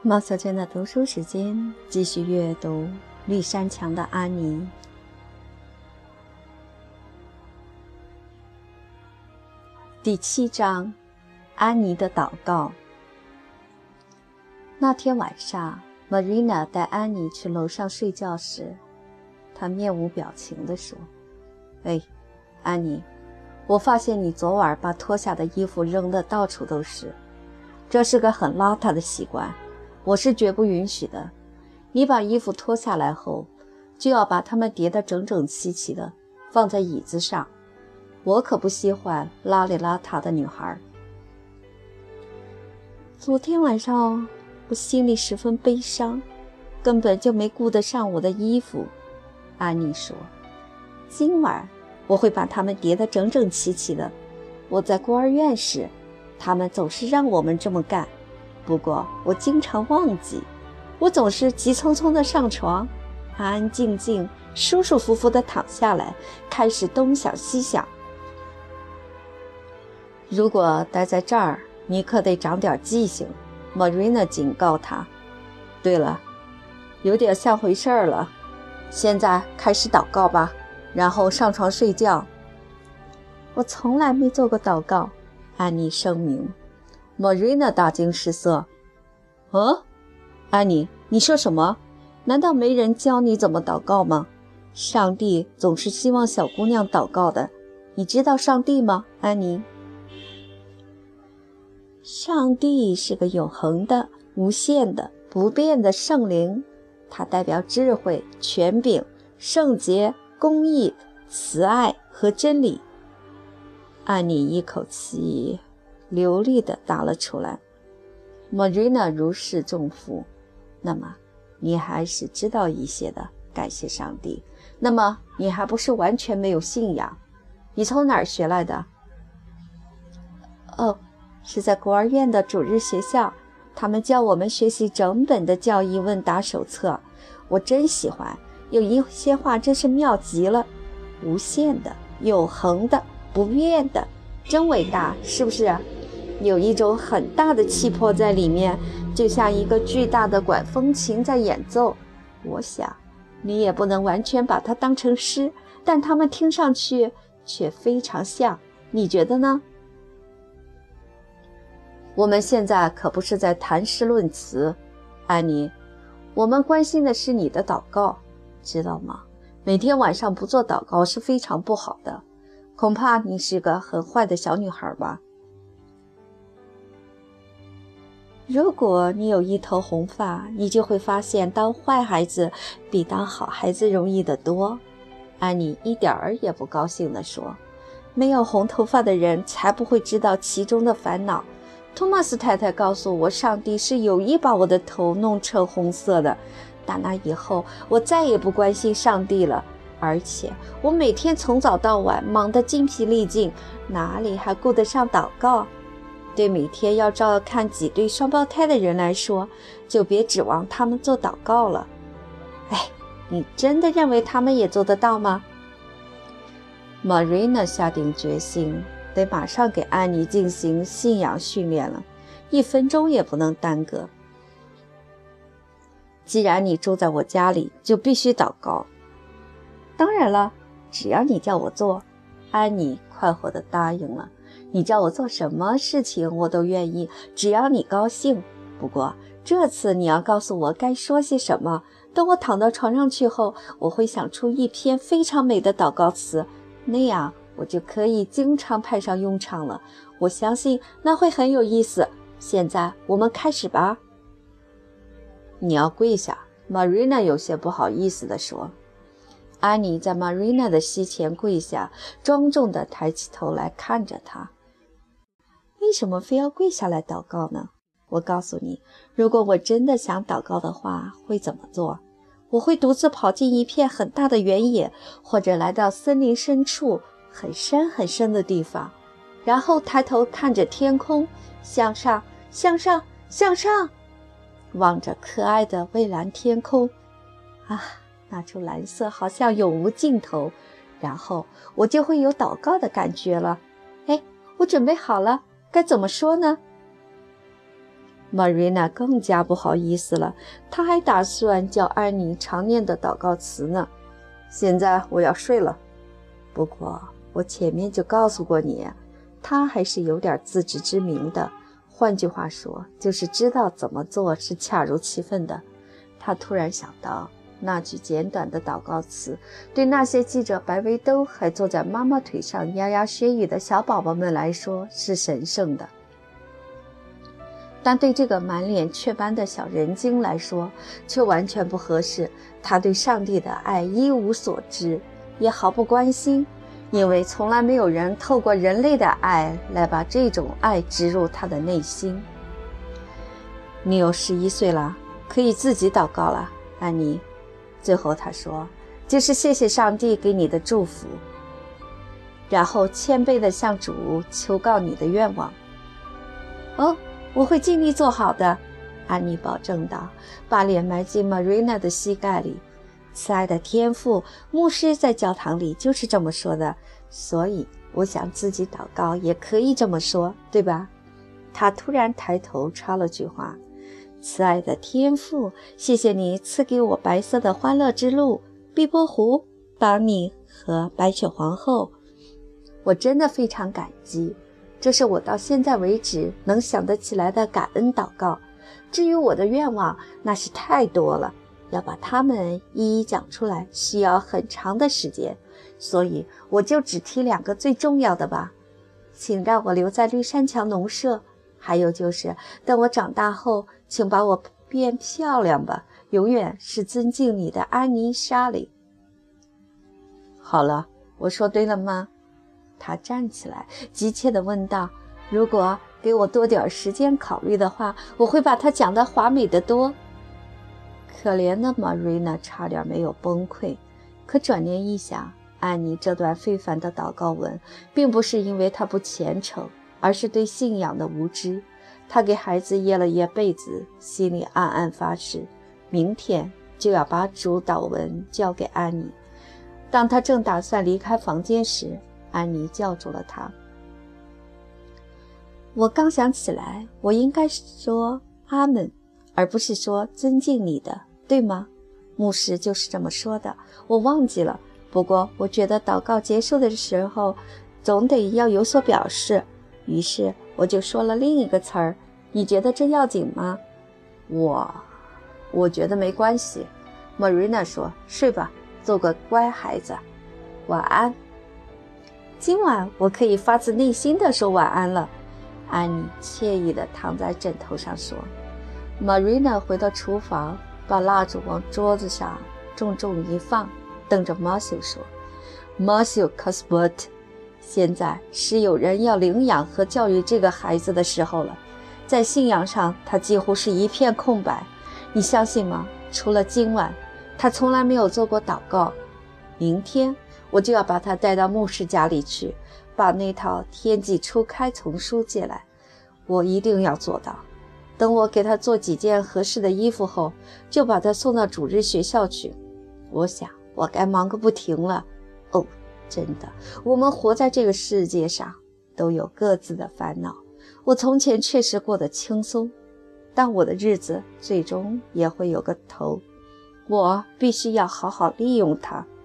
毛小娟的读书时间，继续阅读《绿山墙的安妮》第7章，安妮的祷告。那天晚上 Marina 带安妮去楼上睡觉时，她面无表情地说：安妮，我发现你昨晚把脱下的衣服扔得到处都是，这是个很邋遢的习惯，我是绝不允许的。你把衣服脱下来后，就要把它们叠得整整齐齐的放在椅子上，我可不喜欢邋里邋遢的女孩。昨天晚上我心里十分悲伤，根本就没顾得上我的衣服。安妮说，今晚我会把它们叠得整整齐齐的。我在孤儿院时，他们总是让我们这么干，不过我经常忘记。我总是急匆匆地上床，安安静静舒舒服服地躺下来，开始东想西想。如果待在这儿，你可得长点记性， Marina 警告他。对了，有点像回事儿了，现在开始祷告吧，然后上床睡觉。我从来没做过祷告，安妮声明。 Marina 大惊失色。安妮，你说什么？难道没人教你怎么祷告吗？上帝总是希望小姑娘祷告的。你知道上帝吗，安妮？上帝是个永恒的、无限的、不变的圣灵，它代表智慧、权柄、圣洁、公义、慈爱和真理。安妮一口气流利地答了出来。 Marina 如释重负。那么你还是知道一些的，感谢上帝。那么你还不是完全没有信仰？你从哪儿学来的？是在孤儿院的主日学校，他们教我们学习整本的教义问答手册，我真喜欢，有一些话真是妙极了，无限的、永恒的、不变的，真伟大，是不是？有一种很大的气魄在里面，就像一个巨大的管风琴在演奏。我想你也不能完全把它当成诗，但它们听上去却非常像，你觉得呢？我们现在可不是在谈诗论词，安妮，我们关心的是你的祷告，知道吗？每天晚上不做祷告是非常不好的，恐怕你是个很坏的小女孩吧。如果你有一头红发，你就会发现当坏孩子比当好孩子容易得多。安妮一点儿也不高兴地说，没有红头发的人才不会知道其中的烦恼。托马斯太太告诉我，上帝是有意把我的头弄成红色的。打那以后，我再也不关心上帝了，而且我每天从早到晚忙得精疲力尽，哪里还顾得上祷告？对每天要照看几对双胞胎的人来说，就别指望他们做祷告了。你真的认为他们也做得到吗？ Marina 下定决心，得马上给安妮进行信仰训练了，1分钟也不能耽搁。既然你住在我家里，就必须祷告。当然了，只要你叫我做。安妮快活地答应了。你叫我做什么事情我都愿意，只要你高兴。不过这次你要告诉我该说些什么，等我躺到床上去后，我会想出一篇非常美的祷告词，那样我就可以经常派上用场了。我相信那会很有意思。现在我们开始吧。你要跪下， Marina 有些不好意思地说。安妮在 Marina 的膝前跪下，庄重地抬起头来看着她。为什么非要跪下来祷告呢？我告诉你，如果我真的想祷告的话，会怎么做？我会独自跑进一片很大的原野，或者来到森林深处很深很深的地方，然后抬头看着天空，向上，向上，向上，望着可爱的蔚蓝天空。那处蓝色好像永无尽头，然后我就会有祷告的感觉了。我准备好了，该怎么说呢？ Marina 更加不好意思了，她还打算教安妮常念的祷告词呢。现在我要睡了，不过我前面就告诉过你，她还是有点自知之明的，换句话说，就是知道怎么做是恰如其分的。她突然想到，那句简短的祷告词对那些系着白围兜还坐在妈妈腿上牙牙学语的小宝宝们来说是神圣的，但对这个满脸雀斑的小人精来说却完全不合适。他对上帝的爱一无所知，也毫不关心，因为从来没有人透过人类的爱来把这种爱植入他的内心。你有11岁了，可以自己祷告了，安妮。最后他说，就是谢谢上帝给你的祝福，然后谦卑地向主求告你的愿望。哦，我会尽力做好的，安妮保证道，把脸埋进 Marina 的膝盖里。慈爱的天父，牧师在教堂里就是这么说的，所以我想自己祷告也可以这么说，对吧？他突然抬头插了句话，慈爱的天父，谢谢你赐给我白色的欢乐之路，碧波湖、邦尼和白雪皇后，我真的非常感激。这是我到现在为止能想得起来的感恩祷告。至于我的愿望，那是太多了，要把它们一一讲出来需要很长的时间，所以我就只提2个最重要的吧。请让我留在绿山墙农舍，还有就是等我长大后，请把我变漂亮吧，永远是尊敬你的安妮·莎莉。好了，我说对了吗？他站起来急切地问道，如果给我多点时间考虑的话，我会把它讲得华美得多。可怜的 Marina 差点没有崩溃，可转念一想，安妮这段非凡的祷告文并不是因为她不虔诚，而是对信仰的无知。她给孩子掖了掖被子，心里暗暗发誓，明天就要把主祷文交给安妮。当她正打算离开房间时，安妮叫住了她。我刚想起来，我应该说阿门，而不是说尊敬你的，对吗？牧师就是这么说的，我忘记了。不过我觉得祷告结束的时候总得要有所表示，于是我就说了另一个词儿。你觉得这要紧吗？我觉得没关系。Marina 说，睡吧，做个乖孩子，晚安。今晚我可以发自内心地说晚安了，安妮惬意地躺在枕头上说。Marina 回到厨房，把蜡烛往桌子上重重一放，瞪着 Matthew 说， Matthew Cuthbert， 现在是有人要领养和教育这个孩子的时候了。在信仰上他几乎是一片空白，你相信吗？除了今晚，他从来没有做过祷告。明天我就要把他带到牧师家里去，把那套天际初开丛书借来，我一定要做到。等我给他做几件合适的衣服后，就把他送到主日学校去。我想我该忙个不停了。哦，真的，我们活在这个世界上都有各自的烦恼。我从前确实过得轻松，但我的日子最终也会有个头，我必须要好好利用它。